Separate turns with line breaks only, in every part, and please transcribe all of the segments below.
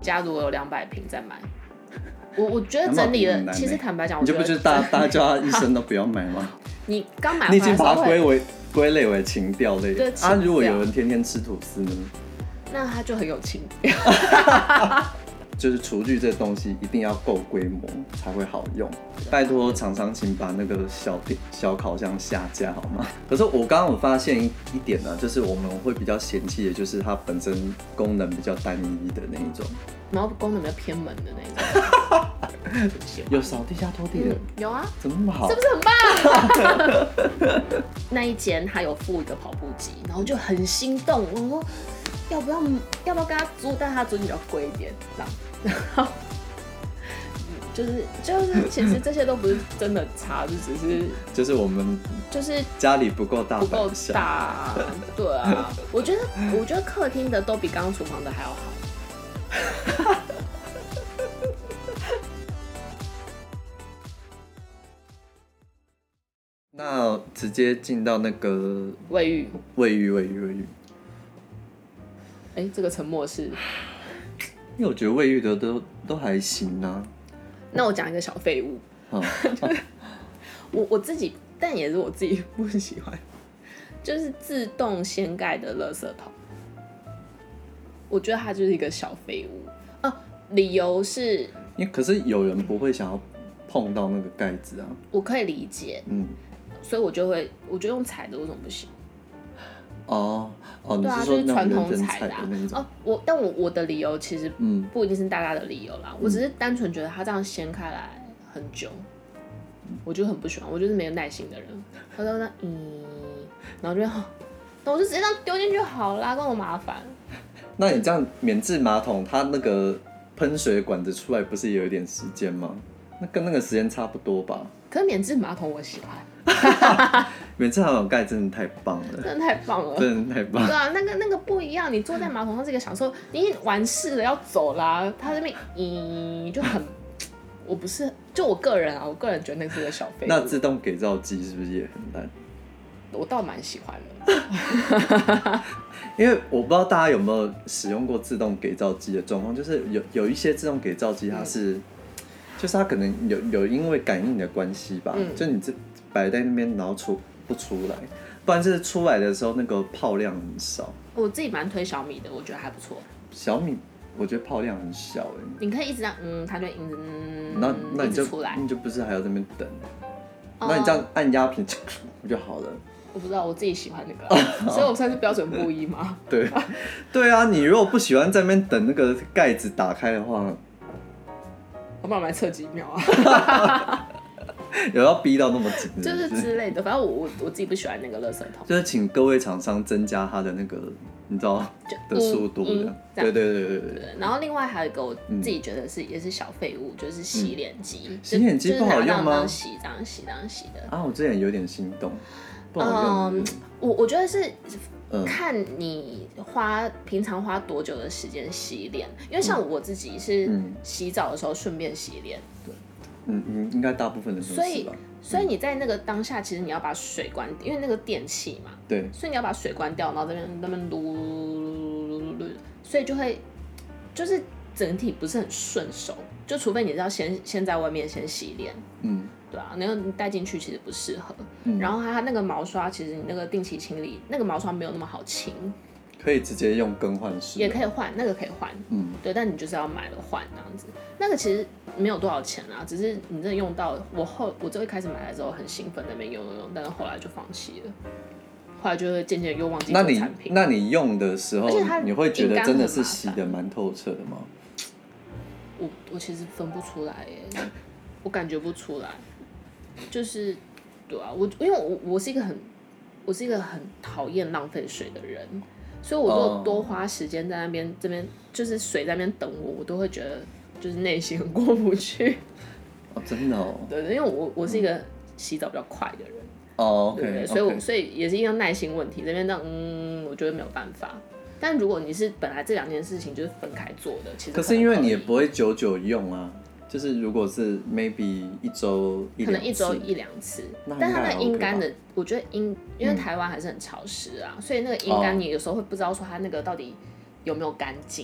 家如果有200瓶再买。我觉得整理了，其实坦白讲，
你就不觉得大家叫他一生都不要买吗？
你刚买
你已
回来的时候会，
经把它归类为情调类。
对情调
如果有人天天吃吐司呢？
那他就很有情调。
就是厨具这东西一定要够规模才会好用，拜托厂商请把那个小烤箱下架好吗？可是我刚刚有发现一点呢，就是我们会比较嫌弃的就是它本身功能比较单一的那一种，
然后功能比较偏门的那种。
有扫地下拖地的，
有啊，
怎么那么好？
是不是很棒？那一间他有附一个跑步机，然后就很心动，我说要不要跟他租？但他租金比较贵一点，这样。然后就是其实这些都不是真的差，就只是
就是我们
就是
家里不够大，
不够大，对啊。我觉得客厅的都比刚刚厨房的还要好。
那直接进到那个
卫浴。哎，这个沉默是，
因为我觉得卫浴的都还行啊。
那我讲一个小废物，我自己，但也是我自己不喜欢，就是自动掀盖的垃圾桶。我觉得它就是一个小废物理由是，
可是有人不会想要碰到那个盖子啊。
我可以理解，所以我就用踩的，为什么不行？
对啊，
就是传统踩的
那种。
但我的理由其实不一定是大家的理由啦，我只是单纯觉得它这样掀开来很久，我就很不喜欢，我就是没有耐心的人。他说然后那我就直接这样丢进去好啦，跟我麻烦。
那你这样免治马桶，它那个喷水管子出来不是也有一点时间吗？那跟那个时间差不多吧。
可是免治马桶我喜欢。
免治马桶盖真的太棒了，
真的太棒了，
真的太棒了。
对啊，那个不一样，你坐在马桶上是一个享受，你一完事了要走啦，他这边就很，我不是，就我个人觉得那是个小废物。
那自动给皂机是不是也很烂？
我倒蛮喜欢的。
因为我不知道大家有没有使用过自动给皂机的状况，就是有一些自动给皂机它是，就是它可能有因为感应的关系吧，就你这摆在那边然后不出来，不然就是出来的时候那个泡量很少。
我自己蛮推小米的，我觉得还不错。
小米我觉得泡量很小
你可以一直这样，它就会
那你就
出来，
你就不是还要在那边等，那你这样按压屏就好了。
我不知道，我自己喜欢那个，所以我算是标准不一嘛。
对，对啊，你如果不喜欢在那边等那个盖子打开的话，
我帮我来测几秒啊。
有要逼到那么紧，
就是之类的，反正我自己不喜欢那个垃圾桶。
就是请各位厂商增加它的那个，你知道的速度的。对。
然后另外还有一个我自己觉得也是小废物，就是洗脸机。
洗脸机不好用吗？
这样洗的。
啊，我之前有点心动，不好用。
我觉得是看你平常花多久的时间洗脸，因为像我自己是洗澡的时候顺便洗脸。
应该大部分人都是吧。
所以你在那个当下，其实你要把水关掉，因为那个电器嘛。
对。
所以你要把水关掉，然后这边撸，所以就是整体不是很顺手，就除非你是要先在外面先洗脸。对啊，你带进去其实不适合。然后它那个毛刷，其实你那个定期清理，那个毛刷没有那么好清。
可以直接用更换式，
也可以换，那个可以换，对，但你就是要买了换这样子。那个其实没有多少钱啊，只是你真的用到我最一开始买来之后很兴奋那边用，但是后来就放弃了，后来就会渐渐又忘记做产品。
那你用的时候，你会觉得真的是洗得蛮透彻的吗？
我其实分不出来耶，我感觉不出来，就是对啊，因为我是一个很讨厌浪费水的人。所以我如果多花时间在这边就是水在那边等我都会觉得就是内心很过不去。
真的哦。
对，因为我是一个洗澡比较快的人。
OK。
所以也是因为耐心问题，这边我觉得没有办法。但如果你是本来这两件事情就是分开做的，其实
可是因为你也不会久久用啊。就是如果是 maybe 一周
可能一周1-2次，但它那阴干的，我觉得因为台湾还是很潮湿啊，所以那个阴干你有时候会不知道说它那个到底有没有干净。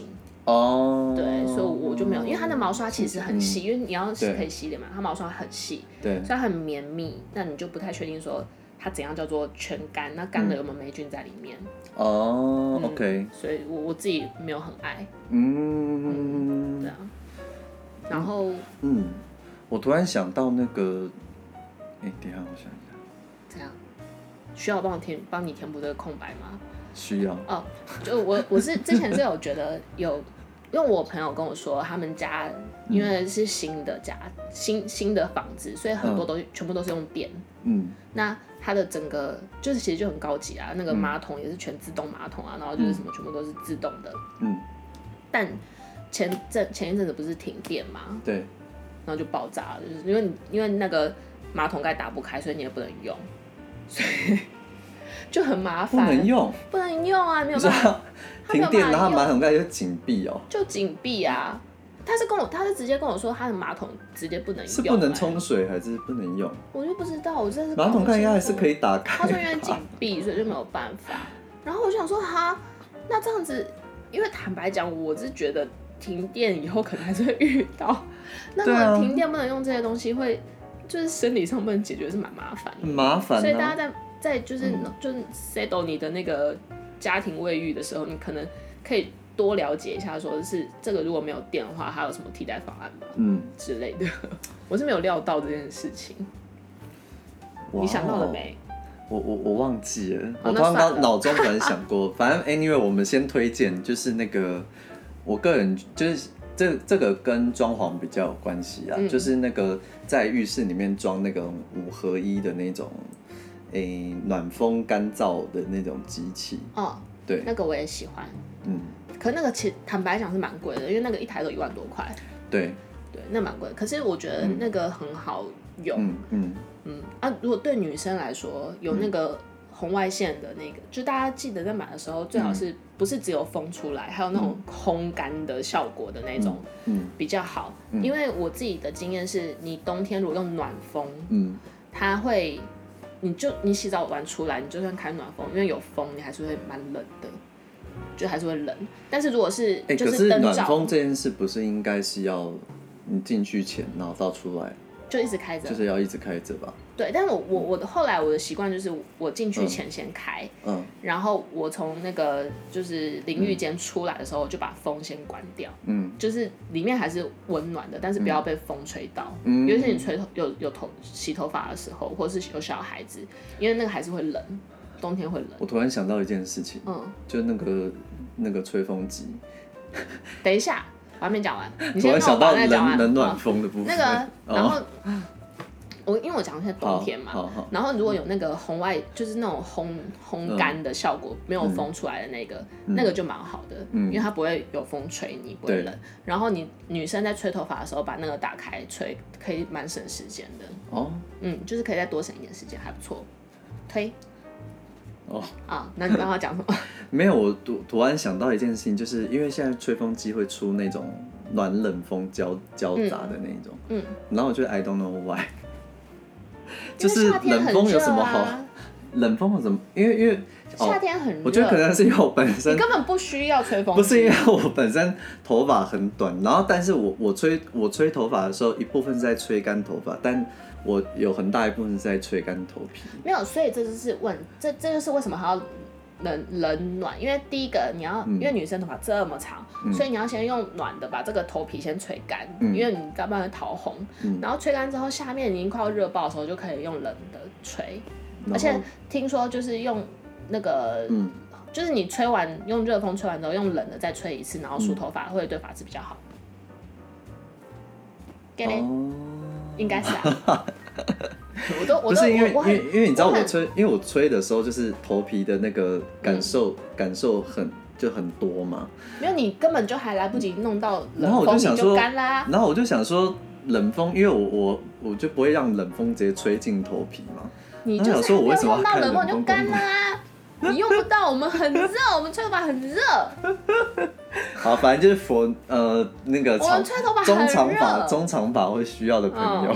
哦，
对，所以我就没有，因为它的毛刷其实很细，因为你要可以洗脸嘛，它毛刷很细，
对，
所以它很绵密，那你就不太确定说它怎样叫做全干，那干了有没有霉菌在里面？
哦，OK，
所以我自己没有很爱，对啊，然后
我突然想到那个，等一下我想一下，
怎样？需要帮你填补这个空白吗？
需要
哦，就我是之前是有觉得有，因为我朋友跟我说，他们家因为是新的家，新的房子，所以很多全部都是用电。那它的整个就是其实就很高级啊，那个马桶也是全自动马桶啊，然后就是什么全部都是自动的。但前一阵子不是停电嘛？
对。
然后就爆炸了，就是因为那个马桶盖打不开，所以你也不能用，所以就很麻烦。不能用啊，没有办法。
停电，然后马桶盖就紧闭哦。
就紧闭啊！他是直接跟我说，他的马桶直接不能用，
是不能冲水还是不能用？
我就不知道，我真的是
马桶盖应该还是可以打开。
他说因为紧闭，所以就没有办法。然后我就想说，那这样子，因为坦白讲，我是觉得停电以后可能还是会遇到。那如果停电不能用这些东西，就是生理上不能解决，是蛮麻烦的。
很麻烦。
所以大家在就是 settle 你的那个家庭卫浴的时候，你可能可以多了解一下，说是这个如果没有电的话，还有什么替代方案吗？之类的。我是没有料到这件事情。你想到了没？
我忘记了，我刚刚脑中本来想过，反正 anyway 我们先推荐就是那个，我个人就是这个跟装潢比较有关系啊，就是那个在浴室里面装那个5合1的那种，暖风干燥的那种机器。对，
那个我也喜欢。可那个其实坦白讲是蛮贵的，因为那个一台都1万多块。
对，
那蛮贵的。可是我觉得那个很好用。如果对女生来说，有那个红外线的那个，就大家记得在买的时候，最好是不是只有风出来，还有那种烘干的效果的那种，比较好。因为我自己的经验是，你冬天如果用暖风，它会，你洗澡完出来，你就算开暖风，因为有风，你还是会蛮冷的。就还是会冷，但是如果是就是灯罩，
可是暖风这件事不是应该是要你进去前，然后到出来
就一直开着，
就是要一直开着吧？
对，但是后来我的习惯就是我进去前先开，然后我从那个就是淋浴间出来的时候，就把风先关掉，就是里面还是温暖的，但是不要被风吹到，尤其是你洗头发的时候，或者是有小孩子，因为那个还是会冷。冬天会冷。我
突然想到一件事情，就那个吹风机。
等一下，我还没讲完。你
先让我把
那讲完。
冷暖风的部分。
那个，然后因为我讲的是冬天嘛，然后如果有那个红外，就是那种烘干的效果，没有风出来的那个就蛮好的，因为它不会有风吹你，不会冷。然后你女生在吹头发的时候把那个打开吹，可以蛮省时间的。就是可以再多省一点时间，还不错。推。那你刚刚讲什么？
没有，我突然想到一件事情，就是因为现在吹风机会出那种暖冷风交杂的那种，然后我觉得 I don't know why， 就是冷风有什么好？冷风有什么？因为
夏天很热，
我觉得可能是因为我本身
你根本不需要吹风机，
不是因为我本身头发很短，然后但是我吹头发的时候，一部分是在吹干头发，但我有很大一部分是在吹干头皮。
没有，所以这就是为什么还要冷暖，因为第一个你要，因为女生头发这么长，所以你要先用暖的把这个头皮先吹干，因为你要不然会桃红，然后吹干之后下面已经快要热爆的时候就可以用冷的吹，而且听说就是用那个，就是你用热风吹完之后用冷的再吹一次，然后梳头发会对发质比较好。Get it？应该是啊。
不是因为你知道因为我吹的时候就是头皮的那个感受很多嘛。
没有，你根本就还来不及弄到冷风你就干啦。
然后我就想说冷风，因为我就不会让冷风直接吹进头皮嘛。
你就是还没有用到冷风你就干啦。你用不到，我们很热，我们吹头发很热。
好，反正就是那个
我们吹头发很热，
中长发会需要的朋友。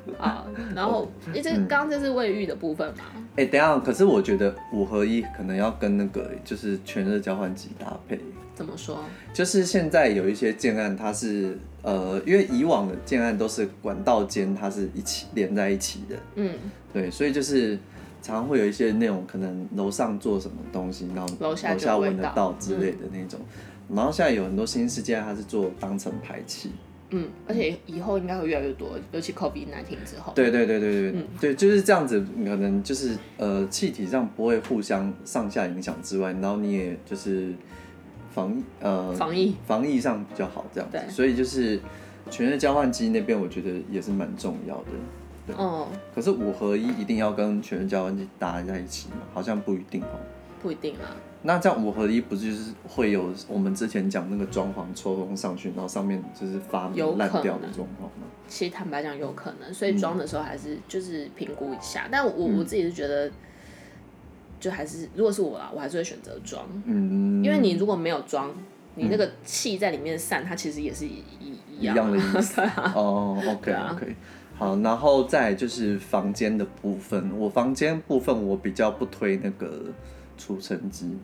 好，然后这是卫浴的部分嘛？
等一下，可是我觉得5合1可能要跟那个就是全热交换机搭配。
怎么说？
就是现在有一些建案，它是因为以往的建案都是管道间它是一起连在一起的，对，所以就是常常会有一些那种可能楼上做什么东西，然后楼下闻得到之类的那种。然后现在有很多新式建案，它是做当层排气。
而且以后应该会越来越多，尤其 COVID-19 之后。
对，就是这样子，可能就是气体上不会互相上下影响之外，然后你也就是防疫上比较好这样子，所以就是全热交换机那边我觉得也是蛮重要的。对，可是5合1一定要跟全热交换机搭在一起吗？好像不一定哦。
不一定啊。
那这样5合1不就是会有我们之前讲那个装潢抽风上去，然后上面就是发霉烂掉的状况吗？
其实坦白讲有可能，所以装的时候还是就是评估一下。但我自己是觉得，就还是如果是我啦，我还是会选择装。因为你如果没有装，你那个气在里面散，它其实也是一样
的意思。OK。好，然后再来就是房间的部分，房间部分我比较不推那个除尘机。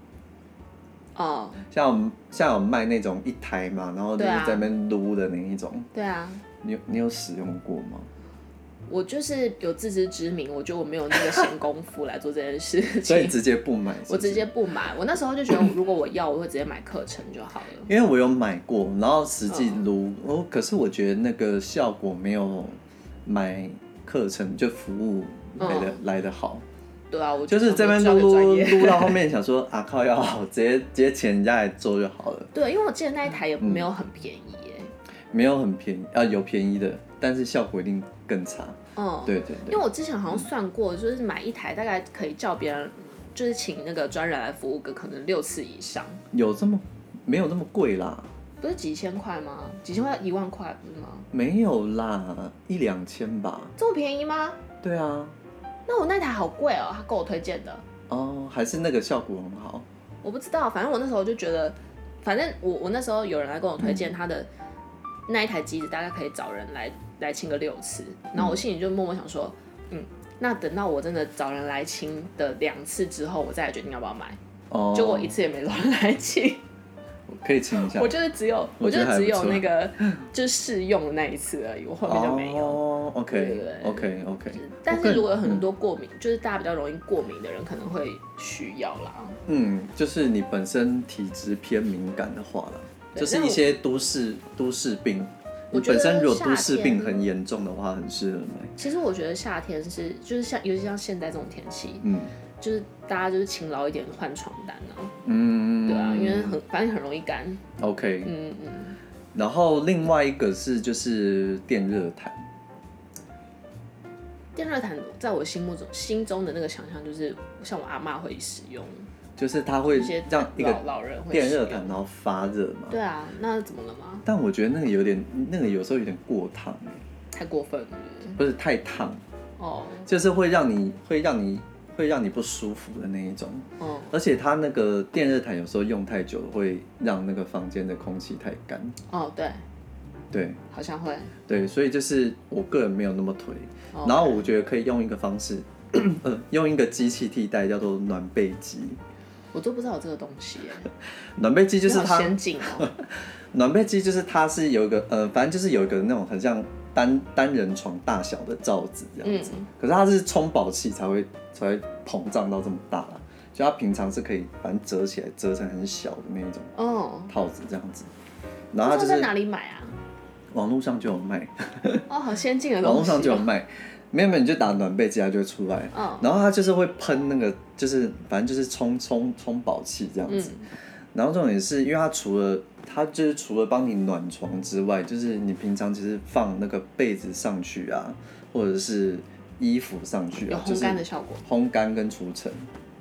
像有卖那种一台嘛，然后就是在那边撸的那一种。
对啊。
你有使用过吗？
我就是有自知之明，我觉得我没有那个闲工夫来做这件事情，
所以直接不买。
我直接不买，我那时候就觉得，如果我要，我会直接买课程就好了。
因为我有买过，然后实际撸，可是我觉得那个效果没有买课程就服务来得好。
对啊，我
就是这边撸到后面想说啊靠，要好直接请人家来做就好了。
对，因为我记得那一台也没有很便宜耶。
没有很便宜有便宜的，但是效果一定更差。对。
因为我之前好像算过，就是买一台大概可以叫别人，就是请那个专人来服务个可能6次以上。
有没有这么贵啦？
不是几千块吗？几千块1万块不是吗？
没有啦，1-2千吧。
这么便宜吗？
对啊。
那我那台好贵哦，他跟我推荐的。
还是那个效果很好。
我不知道，反正我那时候就觉得，反正我那时候有人来跟我推荐他的那一台机子，大概可以找人来清个6次。然后我心里就默默想说，那等到我真的找人来清的2次之后，我再来决定要不要买。结果1次也没找人来清。
可以清一下。
我就是只有那个就是试用的那一次而已，我后面就没有。
OK。
但是如果有很多过敏，就是大家比较容易过敏的人，可能会需要啦。
就是你本身体质偏敏感的话啦，就是一些都市病。你本身如果都市病很严重的话，很适合买。
其实我觉得夏天就是尤其像现在这种天气，就是大家就是勤劳一点换床单啊。对啊，因为反正很容易干。
OK。然后另外一个是就是电热毯。
电热毯在我心中的那个想象就是像我阿嬷会使用，
就是它会让一个
老人会
电热毯然后发热嘛。
对啊，那怎么了吗？
但我觉得那个有时候有点过烫
太过分了。
不是太烫就是会让你不舒服的那一种。而且它那个电热毯有时候用太久会让那个房间的空气太干。对，
好像会。
对，所以就是我个人没有那么推。然后我觉得可以用一个方式，用一个机器替代，叫做暖被机。
我都不知道有这个东西耶。
暖被机就是它。
好先进哦。
暖被机就是它是有一个反正就是有一个那种很像单人床大小的罩子这样子。可是它是充饱气才会膨胀到这么大啦。就它平常是可以反正折起来折成很小的那一种套子这样子。然后它就是
在哪里买啊？
网络上就有卖。
好先进的东西。
网络上就有卖。没有，你就打暖被机，它就会出来。然后它就是会喷那个，就是反正就是充饱气这样子。然后重点是因为它除了帮你暖床之外，就是你平常其实放那个被子上去啊，或者是衣服上去啊，
有烘干的效果。
烘干跟除尘。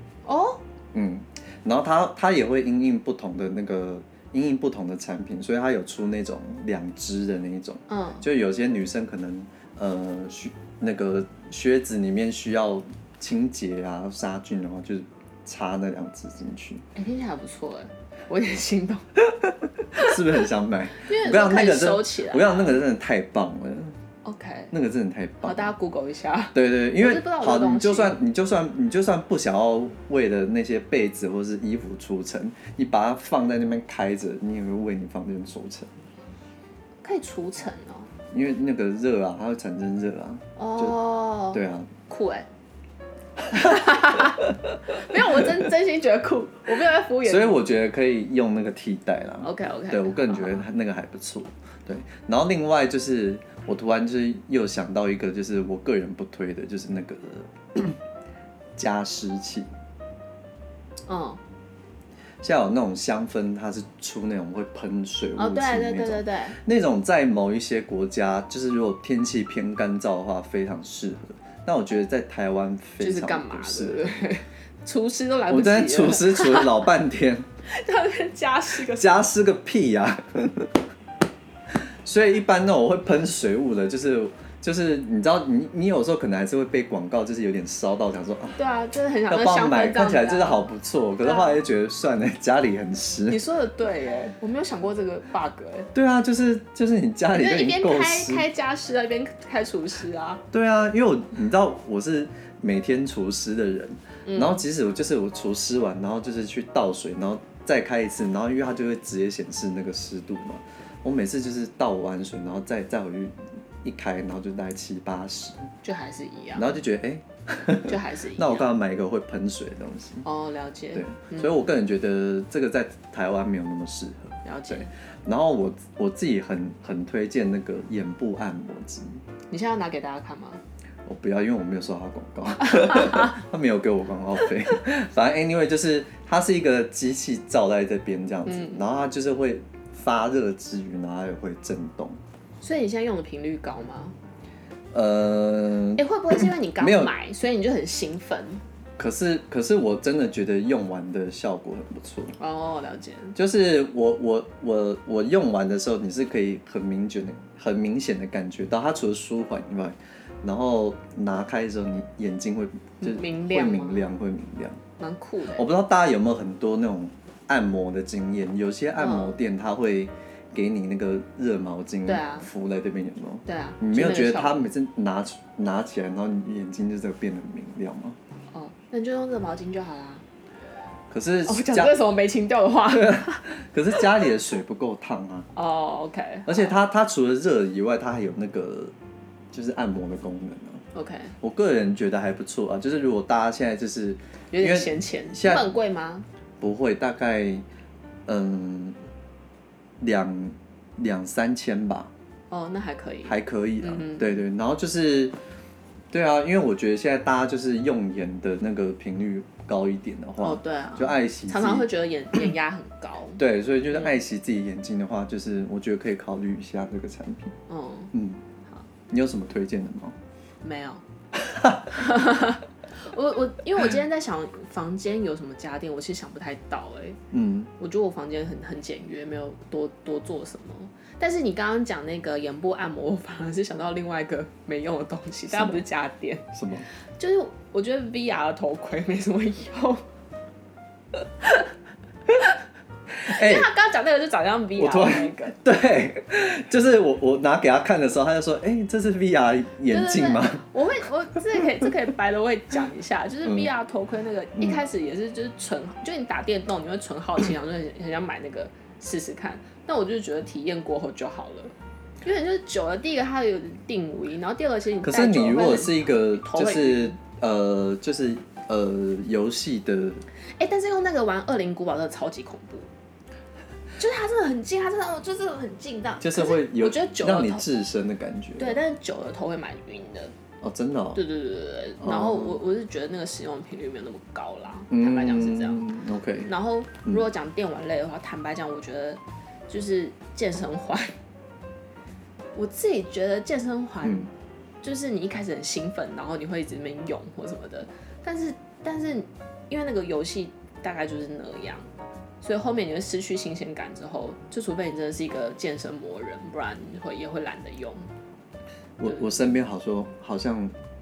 然后它也会因应不同的产品，所以它有出那种2支的那一种。就有些女生可能那个靴子里面需要清洁啊、杀菌，然后就是插那2支进去。
听起来还不错哎，我有点心动。
是不是很想买？
因为可以收起来。
我跟你讲那个真的太棒了。
OK，
那个真的太棒
好，
了。
大家 Google 一下。
对对，因为
我是不知道有这
好，
东西
你就算不想要为了那些被子或是衣服除尘，你把它放在那边开着，你也会为你房间除尘。
可以除尘哦。
因为那个热啊，它会产生热啊。
哦。
对啊。
酷哎。没有，我真心觉得酷，我没有在敷衍。
所以我觉得可以用那个替代啦。
OK。
对，我个人觉得那个还不错。对，然后另外就是我突然就是又想到一个，就是我个人不推的，就是那个加湿器。
嗯。
像有那种香氛，它是出那种会喷水雾气那种，那种在某一些国家，就是如果天气偏干燥的话，非常适合。但我觉得在台湾非常不适合。
厨师都来不及了。
我在厨师除了老半天，
加湿
个屁呀、所以一般那种会喷水雾的，就是你知道你有时候可能还是会被广告就是有点烧到，想说啊，
对啊，就是很想
要帮我买，看起来就是好不错，可是后来就觉得算了，家里很湿。
你说的对耶，我没有想过这个 bug 哎。
对啊，就是你家里就已经够湿，
一边开加湿啊，一边开除湿啊。
对啊，因为你知道我是每天除湿的人，然后即使我除湿完，然后就是去倒水，然后再开一次，然后因为它就会直接显示那个湿度嘛，我每次就是倒完水，然后再回去。一开，然后就大概70-80，
就还是一样，
然后就觉得
就还是一样。
那我干嘛买一个会喷水的东西？
哦，了解。
对，所以我个人觉得这个在台湾没有那么适合。
了解。
然后我自己很推荐那个眼部按摩机。
你现在要拿给大家看吗？
我不要，因为我没有收他广告，他没有给我广告费。反正 anyway 就是它是一个机器罩在这边这样子，然后它就是会发热之余，然后它也会震动。
所以你现在用的频率高吗？会不会是因为你刚买，所以你就很兴奋？
可是我真的觉得用完的效果很不错。
哦，了解。
就是我用完的时候，你是可以很明显的感觉到，它除了舒缓以外，然后拿开的时候，你眼睛会
明亮，蛮酷的。
我不知道大家有没有很多那种按摩的经验，有些按摩店它会给你那个热毛巾敷在这边，有没有？
对啊。
你没有觉得它每次拿起来，然后你眼睛就变得很明亮吗？
哦，那你就用热毛巾就好啦。
可是
讲这什么没情调的话？
可是家里的水不够烫啊。
哦 ，OK。
而且它除了热以外，它还有那个就是按摩的功能啊。
OK。我
个人觉得还不错啊，就是如果大家现在就是
有点闲钱，现在很贵吗？
不会，大概2-3千吧。
哦，那还可以，
还可以啦。对对，然后就是对啊，因为我觉得现在大家就是用眼的那个频率高一点的话，
对啊，
就爱惜，
常常会觉得眼压很高。
对，所以就是爱惜自己眼睛的话，就是我觉得可以考虑一下这个产品。
好，
你有什么推荐的吗？
没有。因为我今天在想房间有什么家电，我其实想不太到我觉得我房间很简约，没有多做什么。但是你刚刚讲那个眼部按摩，我反而是想到另外一个没用的东西，但不是家电。
什么？
就是我觉得 VR 的头盔没什么用。因为他刚刚讲那个就长像 VR 的那个，
对，就是我拿给他看的时候，他就说：“这是 VR 眼镜吗？”
我这可以白了，我会讲一下，就是 VR 头盔那个一开始也是就是就你打电动你会纯好奇，然后就很想买那个试试看。但我就是觉得体验过后就好了，因为就是久了，第一个它有定无疑，然后第二个其实
可是你如果是一个就是游戏的，
但是用那个玩《恶灵古堡》真的超级恐怖。就是它真的很近，它真的就是很近到，
就是会有
我觉得久了
让你置身的感觉。
对，但是久了头会蛮晕的。
哦，真的哦。
对。然后我是觉得那个使用频率没有那么高啦，坦白讲是这样。
OK。
然后如果讲电玩类的话，坦白讲，我觉得就是健身环。我自己觉得健身环就是你一开始很兴奋，然后你会一直在那边用或什么的，但是因为那个游戏大概就是那样。所以后面你会失去新鲜感之后，就除非你真的是一个健身魔人，不然也会懒得用。
我身边好像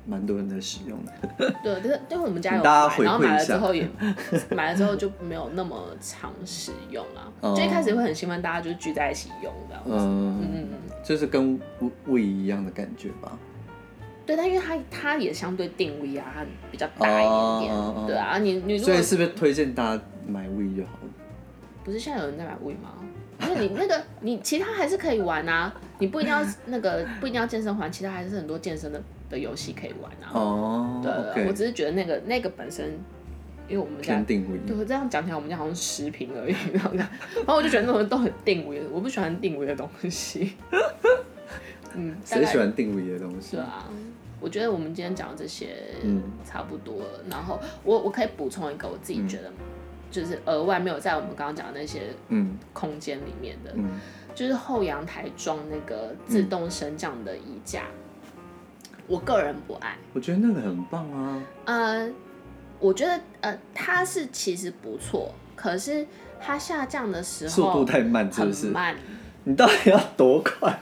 蛮多人在使用的。
对，因为我们家有买，
大家回馈一下
然后买了之后就没有那么常使用啦。就一开始会很兴奋，大家就是聚在一起用这样子。
就是跟 Wii 一样的感觉吧。
对，但因为它也相对定 Wii 啊，它比较大一点点，对啊，你如果
所以是不是推荐大家买 Wii 就好了？
不是现在有人在买 Wii 吗？因为你其他还是可以玩啊，你不一定要不一定要健身环，其他还是很多健身的游戏可以玩啊。对，
okay.
我只是觉得那个本身，因为我们家
偏定 Wii，
对，这样讲起来我们家好像10瓶而已，然后我就觉得那种都很定 Wii，我不喜欢定 Wii 的东西。
谁喜欢定 Wii 的东西？
对啊。我觉得我们今天讲的这些差不多了，然后我可以补充一个我自己觉得就是额外没有在我们刚刚讲的那些空间里面的，就是后阳台装那个自动升降的衣架，我个人不爱。
我觉得那个很棒啊。
我觉得它是其实不错，可是它下降的时候
速度太慢，是不是？
很慢。
你到底要多快？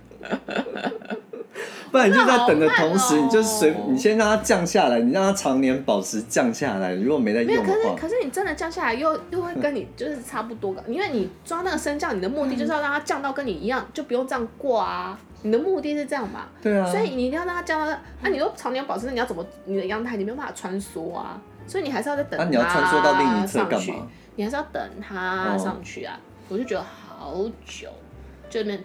不然你就在等的同时，你先让它降下来，你让它常年保持降下来。如果没在用的话，
可是你真的降下来又会跟你就是差不多，因为你装那个升降，你的目的就是要让它降到跟你一样，就不用这样挂啊。你的目的是这样嘛？
对啊。
所以你一定要让它降到你都常年保持，你要怎么你的阳台你没有办法穿梭啊？所以你还是要再等它
你要穿梭到另一侧干嘛？
你还是要等它上去啊。我就觉得好久，就那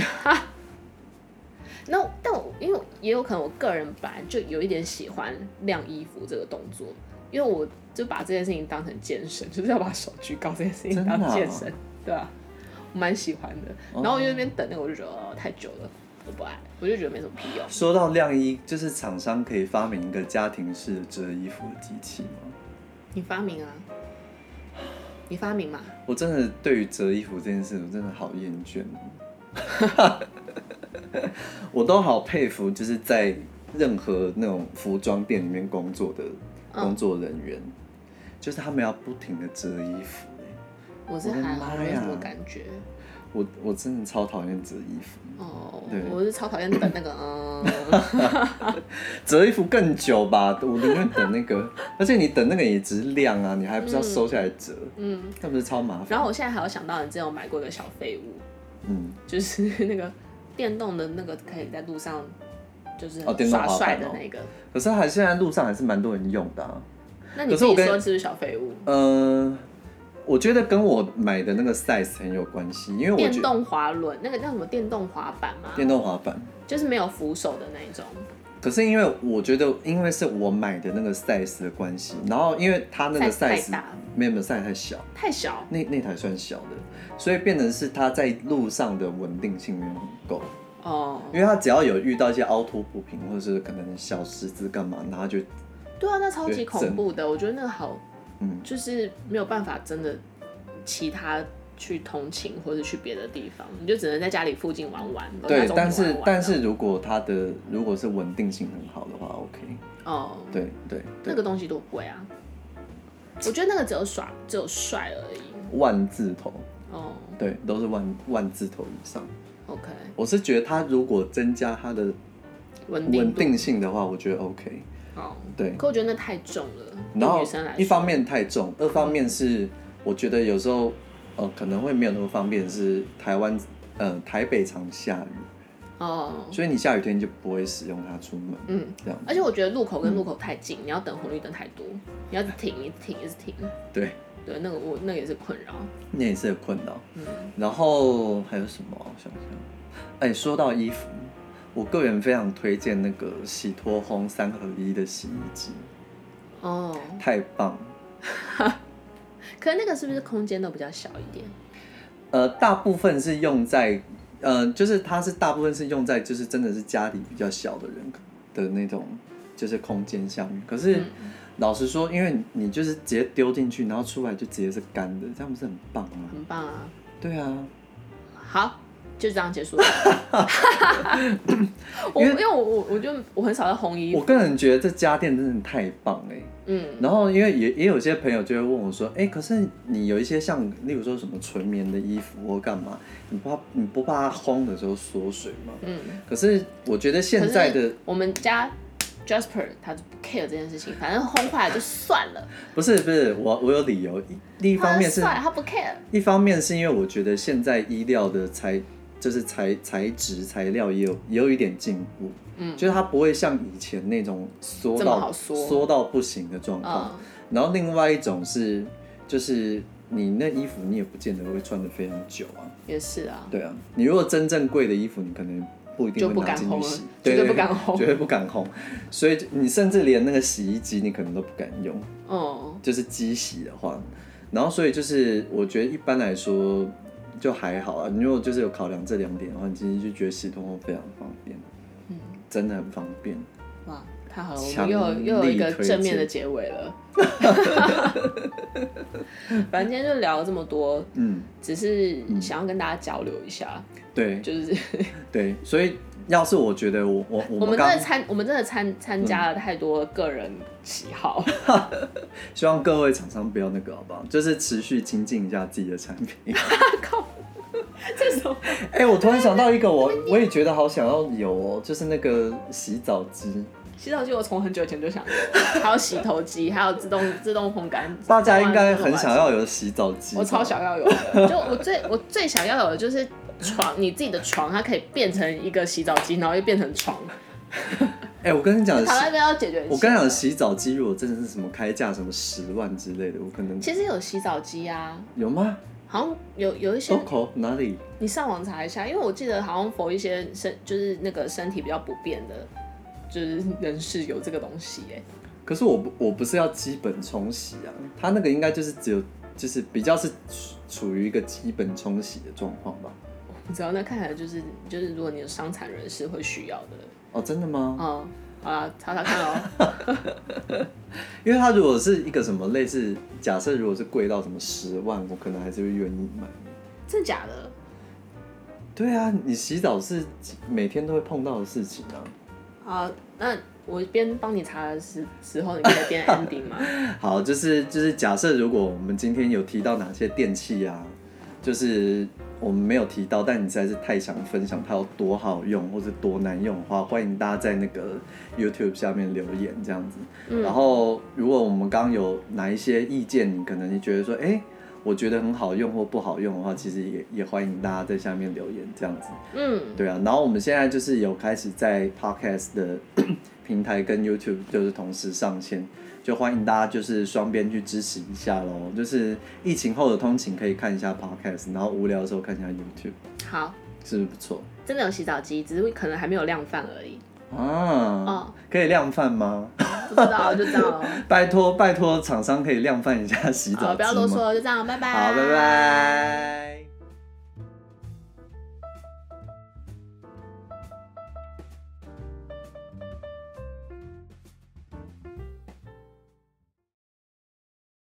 但因为也有可能我个人本来就有一点喜欢晾衣服这个动作，因为我就把这件事情当成健身，就是要把手举高这件事情当健身，对啊，我蛮喜欢的。然后我就在那边等那个，我就觉得太久了，我不爱，我就觉得没什么屁用。
说到晾衣，就是厂商可以发明一个家庭式的折衣服的机器吗？
你发明啊？你发明嘛？
我真的对于折衣服这件事，我真的好厌倦哦。我都好佩服，就是在任何那种服装店里面工作的工作人员，就是他们要不停的折衣服。
我是还好，没什么感觉。
我真的超讨厌折衣服。对，
我是超讨厌等那个
折衣服更久吧，我宁愿等那个，而且你等那个也只是晾啊，你还不是要收下来折，那不是超麻烦。
然后我现在还有想到，你之前有买过一个小废物，就是那个电动的那个可以在路上就是耍帅的那个。
可是现在路上还是蛮多人用的啊。
那你自己说是不是小废物？
我觉得跟我买的那个 size 很有关系，因为我
电动滑轮那个叫什么电动滑板吗？
电动滑板
就是没有扶手的那一种。
可是因为我觉得，因为是我买的那个 size 的关系，然后因为它那个 size 没有 size 太小，
太小，
那台算小的，所以变成是它在路上的稳定性没有很够。因为它只要有遇到一些凹凸不平，或者是可能小石子干嘛，然后就
对啊，那超级恐怖的，我觉得那个好。就是没有办法真的其他去通勤或者去别的地方，你就只能在家里附近玩玩。
对，但是如果是稳定性很好的话 ，OK。对，
那个东西多贵啊！我觉得那个只有帅而已。
万字头。对，都是万字头以上。
OK。我
是觉得它如果增加它的稳定性的话，我觉得 OK。对，
可我觉得那太重了，
然后一方面太重，二方面是我觉得有时候可能会没有那么方便，是台北常下雨，所以你下雨天就不会使用它出门，这样。
而且我觉得路口跟路口太近，你要等红绿灯太多，你要一直停，一直停。
对，
那个那也是困扰，
那也是困扰。然后还有什么？我想想，说到衣服。我个人非常推荐那个洗脱烘3合1的洗衣机，太棒。
可是那个是不是空间都比较小一
点？大部分是用在，就是它是大部分是用在就是真的是家里比较小的人的那种就是空间下面。可是老实说，因为你就是直接丢进去，然后出来就直接是干的，这样不是很棒吗？
很棒啊。对
啊。
好。就这样结束了。因为我很少在烘衣服。
我个人觉得这家电真的太棒然后因为也有些朋友就会问我说，可是你有一些像例如说什么纯棉的衣服或干嘛，你不怕它烘的时候缩水吗？可是我觉得现在的
我们家 Jasper 他就不 care 这件事情，反正烘坏了就算了。
不是，我有理由。另一方面是
他不 care，
一方面是因为我觉得现在医疗的材质材料也有一点进步，就是它不会像以前那种缩到不行的状况。然后另外一种是，就是你那衣服你也不见得会穿得非常久啊。
也是啊。
对啊，你如果真正贵的衣服，你可能不一定会拿进去洗，
绝对不敢烘，
绝对不敢烘。所以你甚至连那个洗衣机你可能都不敢用，就是机洗的话。然后所以就是我觉得一般来说就还好啊。你如果就是有考量这2点的话，你其实就觉得洗头后非常方便，真的很方便。
哇，太好了，我们又有一个正面的结尾了。反正今天就聊了这么多，只是想要跟大家交流一下。
对，
就是
对，所以要是我觉得我们
真的参加了太多个人喜好，
希望各位厂商不要那个好不好？就是持续精进一下自己的产品。
靠，这什么？
我突然想到一个，我也觉得好想要有哦，就是那个洗澡机。
洗澡机我从很久以前就想有，还有洗头机，还有自动烘干。
大家应该很想要有洗澡机。
我超想要有的，就我最想要有的就是床，你自己的床它可以变成一个洗澡机，然后又变成床。
我跟你讲，
台湾那边要解决。
我跟你讲，洗澡机如果真的是什么开价什么10万之类的，我可能
其实有洗澡机啊。有
吗？
好像有一些。
哪里？
你上网查一下，因为我记得好像否一些就是那个身体比较不便的，就是人士有这个东西
可是我不是要基本冲洗啊，它那个应该就是就是比较是处于一个基本冲洗的状况吧。
我不知道，那看起来就是如果你的伤残人士会需要的。
哦，真的吗？
好啦，查查看哦。
因为它如果是一个什么类似，假设如果是贵到什么10万，我可能还是会愿意买。
真的假的？
对啊，你洗澡是每天都会碰到的事情啊。
好，那我边帮你查的时候，你可以边 ending 吗？
好，就是假设如果我们今天有提到哪些电器啊，就是我们没有提到，但你实在是太想分享它有多好用或者多难用的话，欢迎大家在那个 YouTube 下面留言这样子。然后如果我们刚刚有哪一些意见，你可能你觉得说，我觉得很好用或不好用的话，其实也欢迎大家在下面留言这样子。对啊。然后我们现在就是有开始在 Podcast 的平台跟 YouTube 就是同时上线，就欢迎大家就是双边去支持一下咯。就是疫情后的通勤可以看一下 Podcast， 然后无聊的时候看一下 YouTube。
好，
是不是不错？
真的有洗澡机，只是可能还没有量贩而已。
可以量贩吗？
不知道，就这样咯。
拜托厂商可以量贩一下洗澡机吗？
好，不要多说了，就这样，拜拜。
好，拜拜。